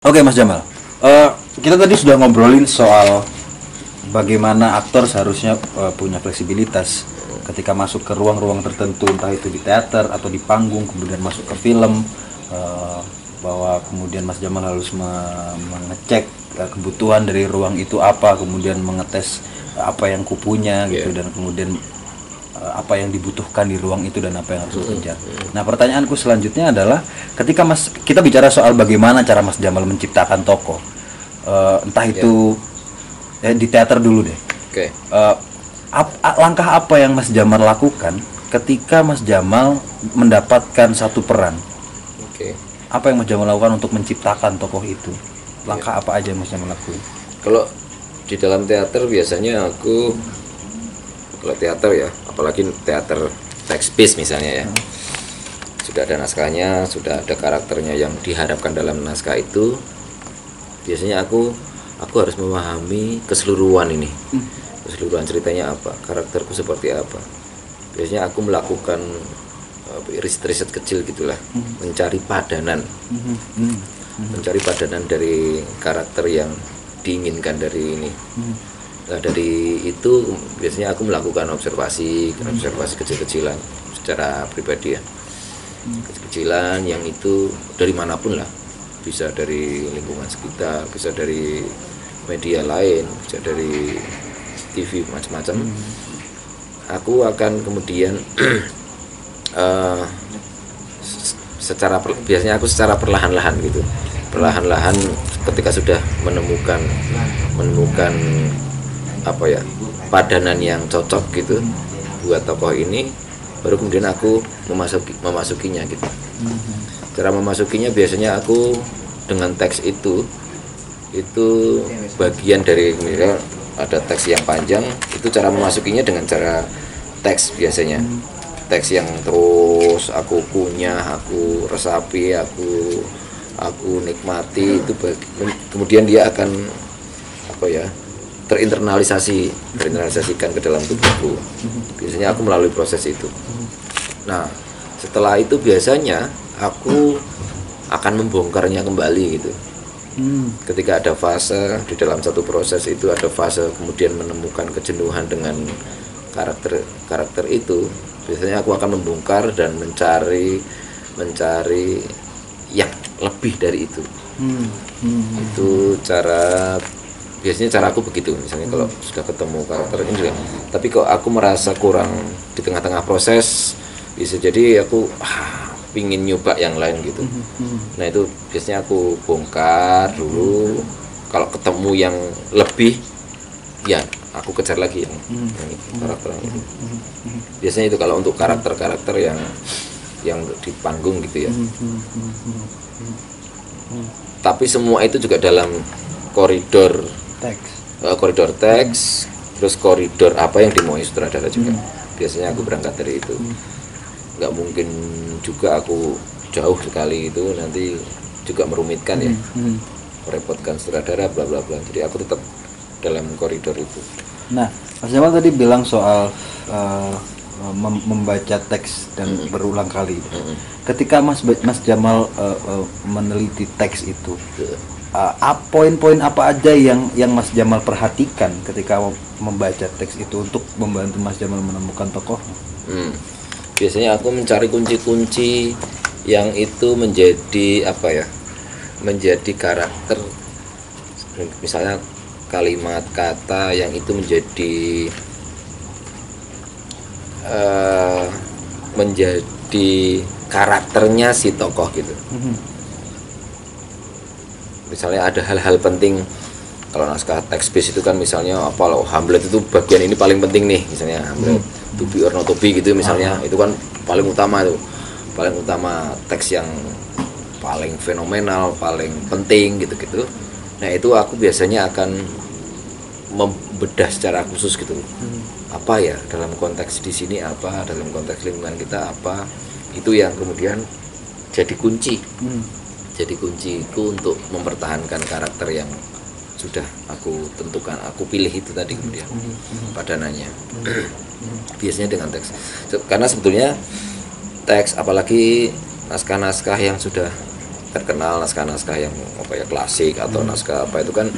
Oke Mas Jamal, kita tadi sudah ngobrolin soal bagaimana aktor seharusnya punya fleksibilitas ketika masuk ke ruang-ruang tertentu, entah itu di teater atau di panggung, kemudian masuk ke film, bahwa kemudian Mas Jamal harus mengecek kebutuhan dari ruang itu apa, kemudian mengetes apa yang kupunya gitu, dan kemudian apa yang dibutuhkan di ruang itu dan apa yang harus dikejar. Nah, pertanyaanku selanjutnya adalah ketika kita bicara soal bagaimana cara Mas Jamal menciptakan tokoh, entah itu di teater dulu deh. Oke. Langkah apa yang Mas Jamal lakukan ketika Mas Jamal mendapatkan satu peran? Oke. Apa yang Mas Jamal lakukan untuk menciptakan tokoh itu? Langkah apa aja yang Mas Jamal lakukan? Kalau di dalam teater biasanya aku, kalau teater ya, apalagi teater text piece misalnya ya, sudah ada naskahnya, sudah ada karakternya yang diharapkan dalam naskah itu. Biasanya aku harus memahami keseluruhan ini, keseluruhan ceritanya apa, karakterku seperti apa. Biasanya aku melakukan riset kecil gitulah, mencari padanan, mencari padanan dari karakter yang diinginkan dari ini. Nah, dari itu biasanya aku melakukan observasi kecil-kecilan secara pribadi ya, kecil-kecilan yang itu dari manapun lah, bisa dari lingkungan sekitar, bisa dari media lain, bisa dari TV macam-macam. Aku akan kemudian biasanya aku secara perlahan-lahan gitu, perlahan-lahan ketika sudah menemukan apa ya, padanan yang cocok gitu buat tokoh ini, baru kemudian aku memasukinya gitu. Cara memasukinya biasanya aku dengan teks itu bagian dari, misalnya ada teks yang panjang, itu cara memasukinya dengan cara teks biasanya. Teks yang terus aku kunyah, aku resapi, aku nikmati itu, kemudian dia akan apa ya, terinternalisasikan ke dalam tubuhku. Biasanya aku melalui proses itu. Nah, setelah itu biasanya aku akan membongkarnya kembali gitu. Ketika ada fase di dalam satu proses itu, ada fase kemudian menemukan kejenuhan dengan karakter itu, biasanya aku akan membongkar dan mencari yang lebih dari itu. Itu biasanya cara aku begitu. Misalnya kalau sudah ketemu karakter ini juga, tapi kok aku merasa kurang di tengah-tengah proses, bisa jadi aku pingin nyoba yang lain gitu. Nah, itu biasanya aku bongkar dulu. Kalau ketemu yang lebih, ya aku kejar lagi yang karakternya itu. Biasanya itu kalau untuk karakter-karakter yang di panggung gitu ya. Tapi semua itu juga dalam koridor teks, terus koridor apa yang dimauin sutradara juga. Biasanya aku berangkat dari itu. Nggak mungkin juga aku jauh sekali, itu nanti juga merumitkan ya, merepotkan sutradara bla bla bla. Jadi aku tetap dalam koridor itu. Nah, Mas Jamal tadi bilang soal membaca teks dan berulang kali. Ketika Mas Jamal meneliti teks itu, poin-poin apa aja yang Mas Jamal perhatikan ketika membaca teks itu untuk membantu Mas Jamal menemukan tokoh? Biasanya aku mencari kunci-kunci yang itu menjadi apa ya, menjadi karakter. Misalnya kalimat kata yang itu menjadi karakternya si tokoh gitu. Misalnya ada hal-hal penting, kalau naskah teks base itu kan misalnya apa loh, Hamlet itu bagian ini paling penting nih, misalnya Hamlet to be or not to be gitu misalnya, itu kan paling utama teks yang paling fenomenal, paling penting gitu-gitu. Nah, itu aku biasanya akan membedah secara khusus gitu. Apa ya dalam konteks di sini, apa dalam konteks lingkungan kita, apa itu yang kemudian jadi kunci. Jadi kunciku untuk mempertahankan karakter yang sudah aku tentukan, aku pilih itu tadi kemudian padanannya. Biasanya dengan teks. Karena sebetulnya teks, apalagi naskah-naskah yang sudah terkenal, naskah-naskah yang apa ya klasik atau naskah apa itu kan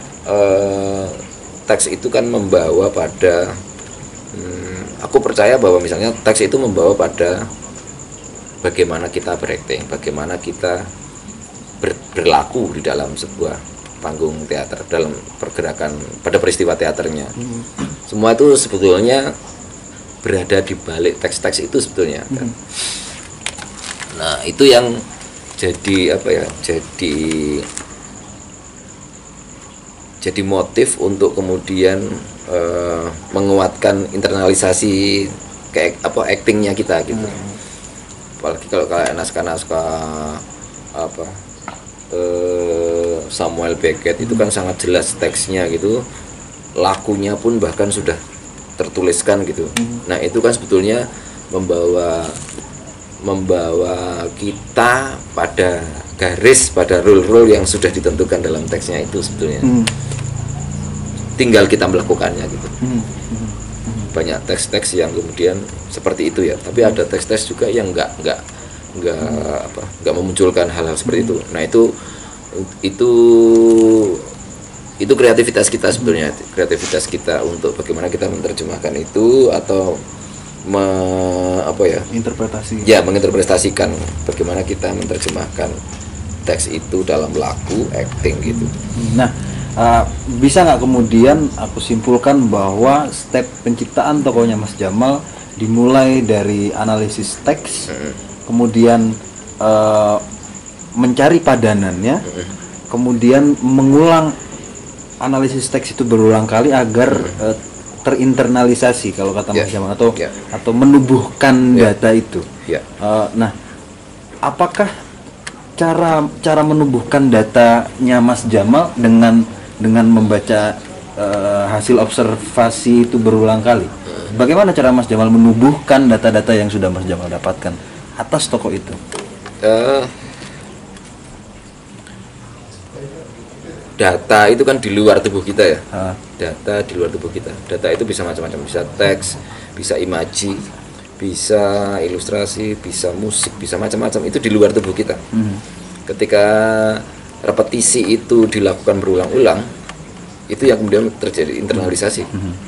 teks itu kan membawa pada aku percaya bahwa misalnya teks itu membawa pada bagaimana kita berakting, bagaimana kita berlaku di dalam sebuah panggung teater, dalam pergerakan pada peristiwa teaternya. Semua itu sebetulnya berada di balik teks-teks itu sebetulnya kan. Nah, itu yang jadi apa ya? Jadi motif untuk kemudian menguatkan internalisasi kayak apa actingnya kita gitu. Apalagi kalau kayak naskah-naskah apa Samuel Beckett itu kan sangat jelas teksnya gitu, lakunya pun bahkan sudah tertuliskan gitu. Nah itu kan sebetulnya membawa kita pada garis, pada rule-rule yang sudah ditentukan dalam teksnya itu sebetulnya. Tinggal kita melakukannya gitu. Banyak teks-teks yang kemudian seperti itu ya, tapi ada teks-teks juga yang nggak memunculkan hal-hal seperti itu. Nah itu kreativitas kita sebetulnya, kreativitas kita untuk bagaimana kita menerjemahkan itu atau menginterpretasikan bagaimana kita menerjemahkan teks itu dalam laku acting gitu. Nah, bisa nggak kemudian aku simpulkan bahwa step penciptaan tokohnya Mas Jamal dimulai dari analisis teks, kemudian mencari padanannya, kemudian mengulang analisis teks itu berulang kali agar terinternalisasi kalau kata Mas Jamal atau menubuhkan data itu. Nah, apakah cara menubuhkan datanya Mas Jamal dengan membaca hasil observasi itu berulang kali? Bagaimana cara Mas Jamal menubuhkan data-data yang sudah Mas Jamal dapatkan atas tokoh itu? Data itu kan di luar tubuh kita ya. Data di luar tubuh kita. Data itu bisa macam-macam, bisa teks, bisa imaji, bisa ilustrasi, bisa musik, bisa macam-macam. Itu di luar tubuh kita. Ketika repetisi itu dilakukan berulang-ulang, itu yang kemudian terjadi internalisasi.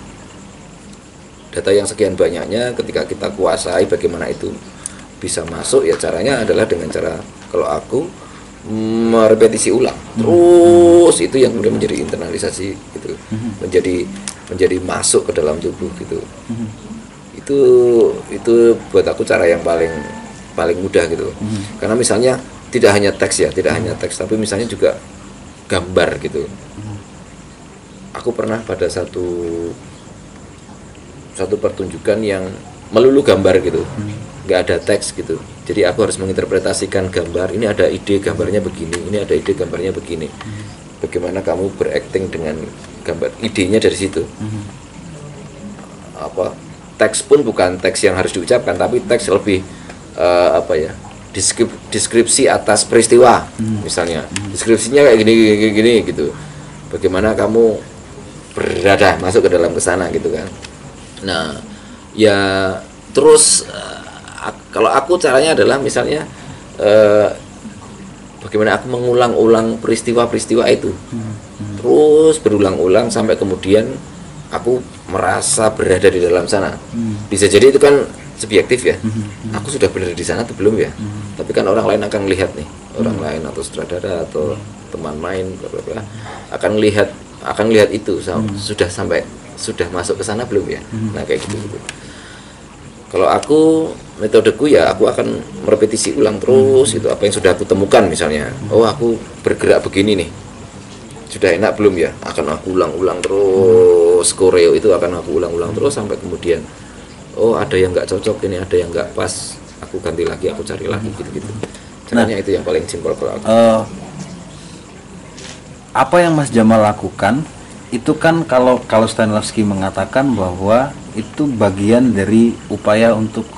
Data yang sekian banyaknya ketika kita kuasai bagaimana itu bisa masuk, ya caranya adalah dengan cara, kalau aku merepetisi ulang terus, itu yang kemudian menjadi internalisasi gitu, menjadi masuk ke dalam tubuh gitu. Itu buat aku cara yang paling mudah gitu. Karena misalnya tidak hanya teks ya, tapi misalnya juga gambar gitu. Aku pernah pada satu pertunjukan yang melulu gambar gitu, nggak ada teks gitu. Jadi aku harus menginterpretasikan gambar. Ini ada ide gambarnya begini, ini ada ide gambarnya begini. Bagaimana kamu berakting dengan gambar? Idenya dari situ. Teks pun bukan teks yang harus diucapkan, tapi teks lebih deskripsi atas peristiwa. Misalnya deskripsinya kayak gini gitu. Bagaimana kamu berada masuk ke dalam kesana gitu kan. Nah, ya terus kalau aku caranya adalah misalnya bagaimana aku mengulang-ulang peristiwa-peristiwa itu terus berulang-ulang sampai kemudian aku merasa berada di dalam sana. Bisa jadi itu kan subjektif ya, aku sudah berada di sana atau belum ya, tapi kan orang lain akan melihat nih, orang lain atau sutradara atau teman main bla bla bla akan lihat itu sudah masuk ke sana belum ya. Nah kayak gitu. Kalau aku, metodeku ya aku akan merepetisi ulang terus itu apa yang sudah aku temukan. Misalnya, oh aku bergerak begini nih, sudah enak belum ya, akan aku ulang-ulang terus. Koreo itu akan aku ulang-ulang terus sampai kemudian, oh ada yang nggak cocok ini, ada yang nggak pas, aku ganti lagi, aku cari lagi gitu-gitu. Caranya itu yang paling simpel kalau aku. Apa yang Mas Jamal lakukan itu kan kalau Stanislavski mengatakan bahwa itu bagian dari upaya untuk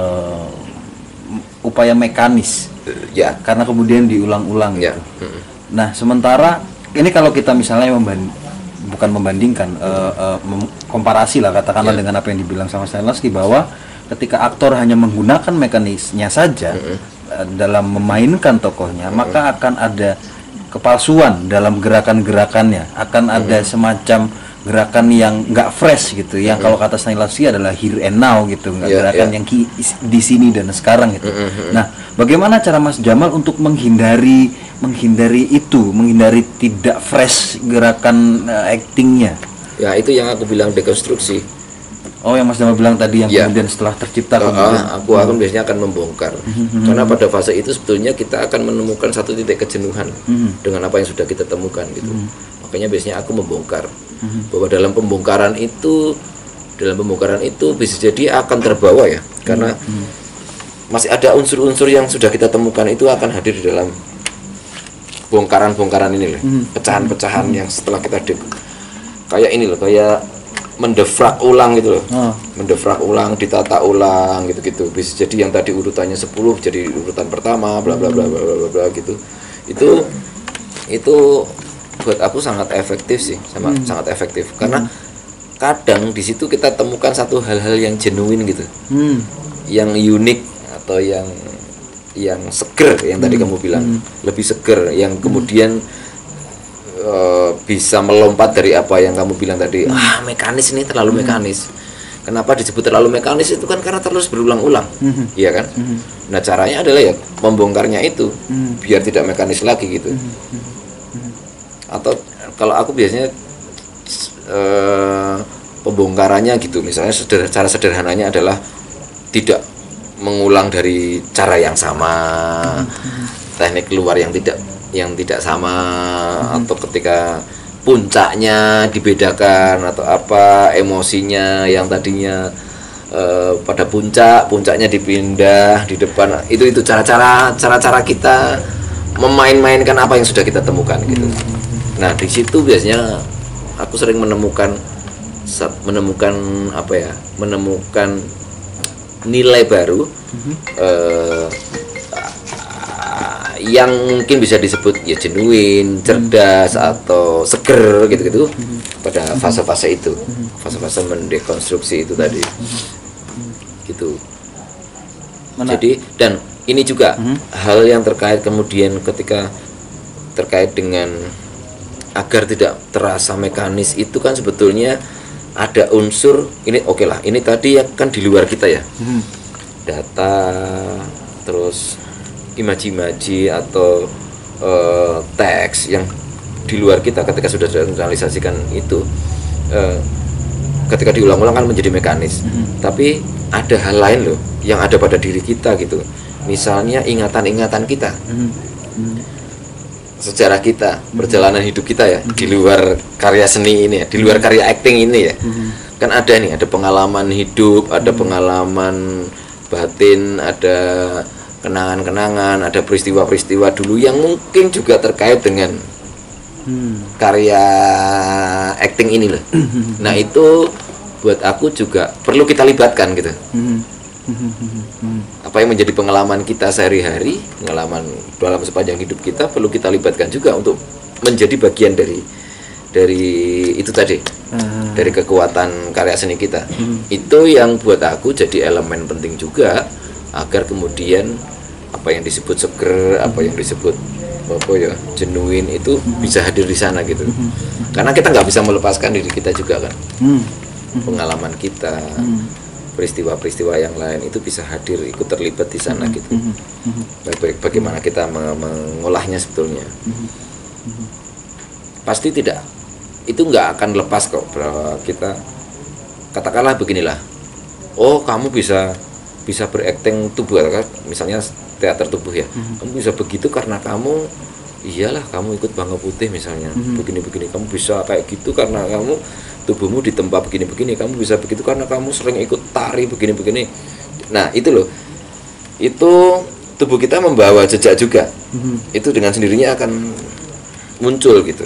upaya mekanis ya, karena kemudian diulang-ulang ya. Gitu. Nah sementara ini kalau kita misalnya bukan membandingkan komparasi lah katakanlah dengan apa yang dibilang sama Stanislavski, bahwa ketika aktor hanya menggunakan mekanisnya saja dalam memainkan tokohnya, maka akan ada kepalsuan dalam gerakan-gerakannya, akan ada semacam gerakan yang nggak fresh gitu, yang kalau kata Stanislavski adalah here and now gitu, nggak gerakan yang di sini dan sekarang gitu. Nah, bagaimana cara Mas Jamal untuk menghindari itu, menghindari tidak fresh gerakan actingnya? Ya itu yang aku bilang dekonstruksi. Oh, yang Mas Jamal bilang tadi, yang kemudian setelah tercipta aku akan biasanya akan membongkar. Karena pada fase itu sebetulnya kita akan menemukan satu titik kejenuhan dengan apa yang sudah kita temukan gitu. Makanya biasanya aku membongkar bahwa dalam pembongkaran itu bisa jadi akan terbawa ya, karena masih ada unsur-unsur yang sudah kita temukan itu akan hadir di dalam bongkaran-bongkaran ini loh, pecahan-pecahan yang setelah kita kayak ini loh, kayak mendefrak ulang gitu loh, mendefrak ulang, ditata ulang gitu-gitu. Bisa jadi yang tadi urutannya 10 jadi urutan pertama, bla bla bla bla bla bla gitu. Itu buat aku sangat efektif sih, sangat efektif, karena kadang di situ kita temukan satu hal-hal yang genuine gitu, yang unik atau yang seger, yang tadi kamu bilang lebih seger, yang kemudian bisa melompat dari apa yang kamu bilang tadi, mekanis ini terlalu mekanis. Kenapa disebut terlalu mekanis? Itu kan karena terus berulang-ulang, iya kan? Nah, caranya adalah ya membongkarnya itu biar tidak mekanis lagi gitu. Atau kalau aku biasanya pembongkarannya gitu, misalnya cara sederhananya adalah tidak mengulang dari cara yang sama, teknik keluar yang tidak sama, atau ketika puncaknya dibedakan atau apa, emosinya yang tadinya pada puncaknya dipindah di depan, itu cara-cara kita memain-mainkan apa yang sudah kita temukan gitu. Nah, di situ biasanya aku sering menemukan nilai baru yang mungkin bisa disebut ya genuine, cerdas atau seger gitu-gitu pada fase-fase itu, fase-fase mendekonstruksi itu tadi gitu. Jadi dan ini juga hal yang terkait kemudian ketika terkait dengan agar tidak terasa mekanis itu kan sebetulnya ada unsur ini, oke lah, ini tadi ya kan di luar kita ya, data, terus imaji-imaji atau teks yang di luar kita ketika sudah terrealisasikan itu, ketika diulang-ulang kan menjadi mekanis. Tapi ada hal lain loh yang ada pada diri kita gitu, misalnya ingatan-ingatan kita, sejarah kita, perjalanan hidup kita ya, di luar karya seni ini ya, di luar karya acting ini ya, kan ada nih, ada pengalaman hidup, ada pengalaman batin, ada kenangan-kenangan, ada peristiwa-peristiwa dulu yang mungkin juga terkait dengan karya acting ini loh. Nah, itu buat aku juga perlu kita libatkan gitu. Apa yang menjadi pengalaman kita sehari-hari, pengalaman dalam sepanjang hidup kita, perlu kita libatkan juga untuk menjadi bagian dari itu tadi, dari kekuatan karya seni kita. Itu yang buat aku jadi elemen penting juga, agar kemudian apa yang disebut seger, apa yang disebut genuine itu bisa hadir di sana gitu. Karena kita nggak bisa melepaskan diri kita juga kan, pengalaman kita, peristiwa-peristiwa yang lain itu bisa hadir, ikut terlibat di sana gitu. Bagaimana kita mengolahnya sebetulnya. Pasti tidak, itu nggak akan lepas kok. Kita katakanlah beginilah, oh kamu bisa berakting tubuh, misalnya teater tubuh ya, kamu bisa begitu karena kamu, iyalah kamu ikut Bangga Putih misalnya, begini-begini, kamu bisa kayak gitu karena kamu tubuhmu ditempa begini-begini, kamu bisa begitu karena kamu sering ikut tari begini-begini. Nah itu loh, itu tubuh kita membawa jejak juga, itu dengan sendirinya akan muncul gitu.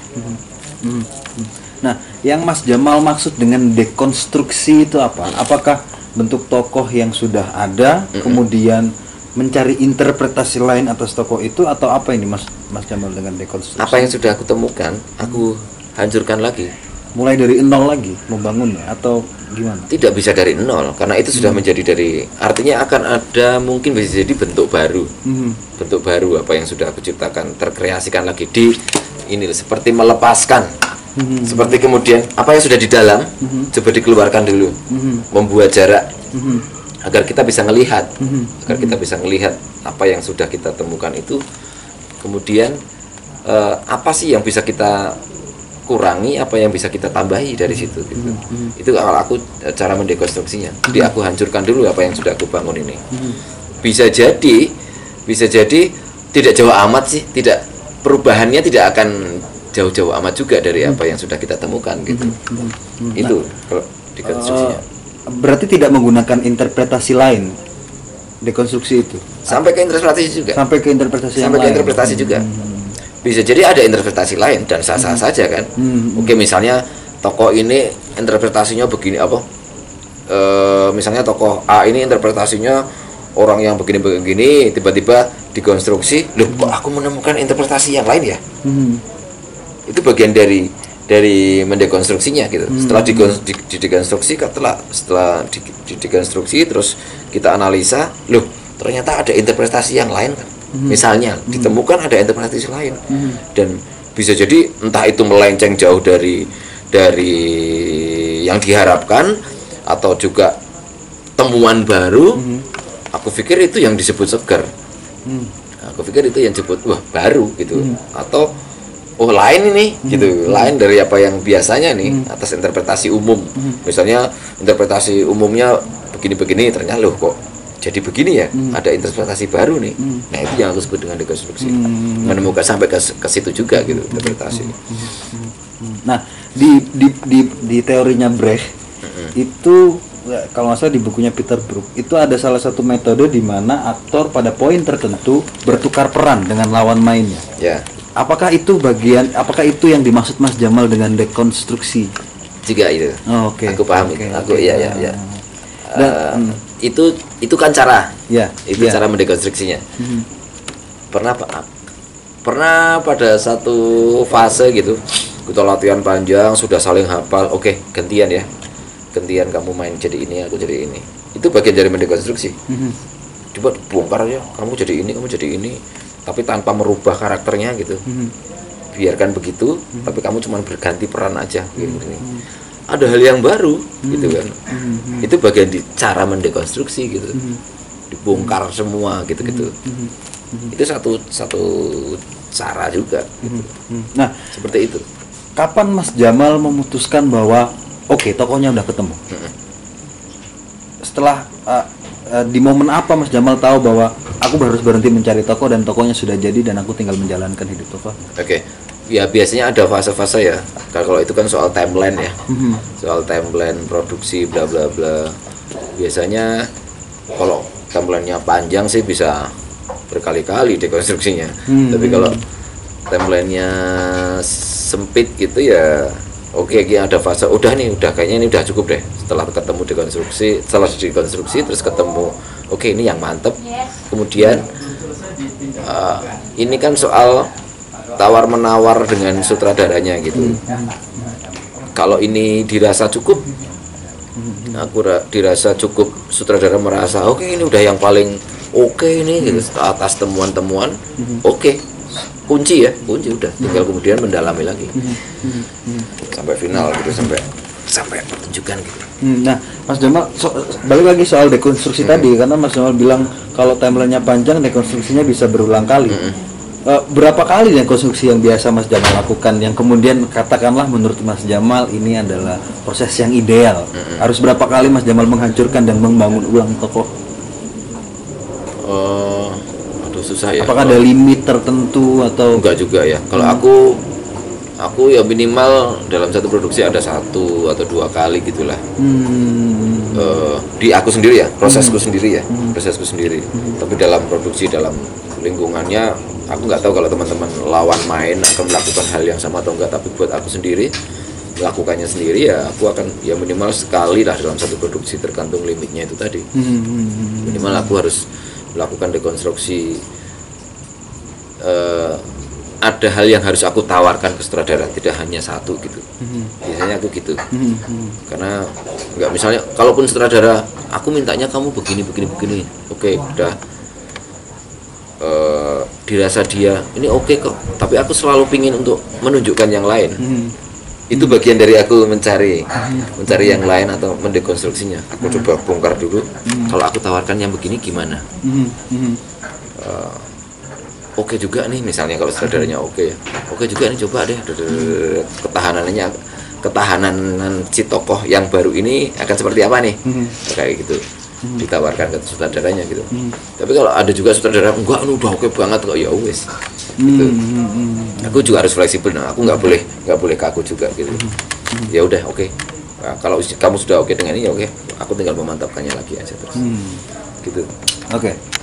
Nah, yang Mas Jamal maksud dengan dekonstruksi itu apa? Apakah bentuk tokoh yang sudah ada, kemudian mencari interpretasi lain atas tokoh itu, atau apa ini Mas Jamal dengan dekonstruksi? Apa yang sudah aku temukan, aku hancurkan lagi. mulai dari nol lagi membangunnya atau gimana? Tidak bisa dari nol karena itu sudah menjadi dari, artinya akan ada mungkin bisa jadi bentuk baru. Bentuk baru apa yang sudah aku ciptakan terkreasikan lagi di ini, seperti melepaskan. Seperti kemudian apa yang sudah di dalam coba dikeluarkan dulu. Membuat jarak agar kita bisa melihat, agar kita bisa melihat apa yang sudah kita temukan itu, kemudian apa sih yang bisa kita kurangi, apa yang bisa kita tambahi dari situ gitu. Itu kalau aku cara mendekonstruksinya. Jadi aku hancurkan dulu apa yang sudah aku bangun ini. Bisa jadi tidak jauh amat sih, tidak, perubahannya tidak akan jauh-jauh amat juga dari apa yang sudah kita temukan gitu. Itu kalau dekonstruksinya. Berarti tidak menggunakan interpretasi lain dekonstruksi itu. Sampai ke interpretasi juga. Sampai ke interpretasi yang Sampai ke lain. interpretasi juga. Bisa jadi ada interpretasi lain dan sah-sah saja kan. Oke, misalnya tokoh ini interpretasinya begini apa? Misalnya tokoh A ini interpretasinya orang yang begini-begini, tiba-tiba dikonstruksi, loh kok aku menemukan interpretasi yang lain ya? Itu bagian dari mendekonstruksinya gitu. Setelah didekonstruksi, setelah didekonstruksi terus kita analisa, loh ternyata ada interpretasi yang lain kan. Misalnya ditemukan ada interpretasi lain, dan bisa jadi entah itu melenceng jauh dari yang diharapkan atau juga temuan baru. Aku pikir itu yang disebut segar. Aku pikir itu yang disebut wah baru gitu, atau oh lain ini gitu, lain dari apa yang biasanya nih atas interpretasi umum. Misalnya interpretasi umumnya begini-begini, ternyata loh kok jadi begini ya, ada interpretasi baru nih. Nah itu yang aku sebut dengan dekonstruksi. Menemukan sampai ke situ juga gitu interpretasi. Nah di teorinya Brecht itu kalau nggak salah di bukunya Peter Brook itu ada salah satu metode di mana aktor pada poin tertentu bertukar peran dengan lawan mainnya. Ya. Apakah itu yang dimaksud Mas Jamal dengan dekonstruksi? Juga itu. Oh, oke. Aku paham itu. Aku iya. Dan, itu kan cara. Ya. Itu cara mendekonstruksinya. Pernah pada satu fase gitu, kita latihan panjang, sudah saling hafal. Oke, gantian ya. Gantian kamu main jadi ini, aku jadi ini. Itu bagian dari mendekonstruksi. Coba bongkar ya, kamu jadi ini, kamu jadi ini. Tapi tanpa merubah karakternya gitu. Biarkan begitu, tapi kamu cuma berganti peran aja gitu. Ada hal yang baru gitu kan. Itu bagian di cara mendekonstruksi gitu. Dibongkar semua gitu-gitu. Itu satu cara juga gitu. Nah, seperti itu. Kapan Mas Jamal memutuskan bahwa oke, tokohnya udah ketemu? Setelah di momen apa Mas Jamal tahu bahwa aku harus berhenti mencari tokoh dan tokohnya sudah jadi dan aku tinggal menjalankan hidup tokoh? Oke. Ya biasanya ada fase-fase ya. Kalau itu kan soal timeline ya. Soal timeline produksi bla bla bla. Biasanya kalau timelinenya panjang sih bisa berkali-kali dekonstruksinya. Tapi kalau timelinenya sempit gitu ya oke, ada fase udah kayaknya ini udah cukup deh. Setelah ketemu dekonstruksi terus ketemu oke ini yang mantep. Kemudian ini kan soal tawar menawar dengan sutradaranya gitu. Kalau ini dirasa cukup, dirasa cukup, sutradara merasa oke ini udah yang paling oke ini gitu, atas temuan-temuan oke. Kunci udah tinggal kemudian mendalami lagi sampai final gitu, sampai pertunjukan gitu. Nah, Mas Jamal balik lagi soal dekonstruksi tadi, karena Mas Jamal bilang kalau timelinenya panjang dekonstruksinya bisa berulang kali. Berapa kali dekonstruksi yang biasa Mas Jamal lakukan yang kemudian katakanlah menurut Mas Jamal ini adalah proses yang ideal? Harus berapa kali Mas Jamal menghancurkan dan membangun ulang tokoh? Susah ya. Apakah ada limit tertentu atau enggak juga ya? Kalau aku ya minimal dalam satu produksi ada 1 atau 2 kali gitulah. Di aku sendiri ya, prosesku sendiri ya, prosesku sendiri. Tapi dalam produksi, dalam lingkungannya, aku nggak tahu kalau teman-teman lawan main akan melakukan hal yang sama atau enggak. Tapi buat aku sendiri, melakukannya sendiri ya, aku akan ya minimal sekali lah dalam satu produksi, tergantung limitnya itu tadi. Minimal aku harus melakukan dekonstruksi ada hal yang harus aku tawarkan ke sutradara, tidak hanya satu gitu. Biasanya aku gitu. Karena nggak, misalnya kalaupun sutradara aku mintanya kamu begini begini begini, oke udah, dirasa dia ini oke kok, tapi aku selalu pingin untuk menunjukkan yang lain. Itu bagian dari aku mencari yang lain atau mendekonstruksinya. Aku coba bongkar dulu, kalau aku tawarkan yang begini gimana. Oke juga nih, misalnya kalau sutradaranya oke juga nih, coba deh ketahanan si tokoh yang baru ini akan seperti apa nih, kayak gitu, ditawarkan ke sutradaranya gitu. Tapi kalau ada juga sutradara enggak, udah oke banget kok, ya wes gitu. Aku juga harus fleksibel, nah aku nggak boleh kaku juga gitu. Ya udah oke. Nah, kalau kamu sudah oke dengan ini, ya oke, aku tinggal memantapkannya lagi aja terus gitu. Oke.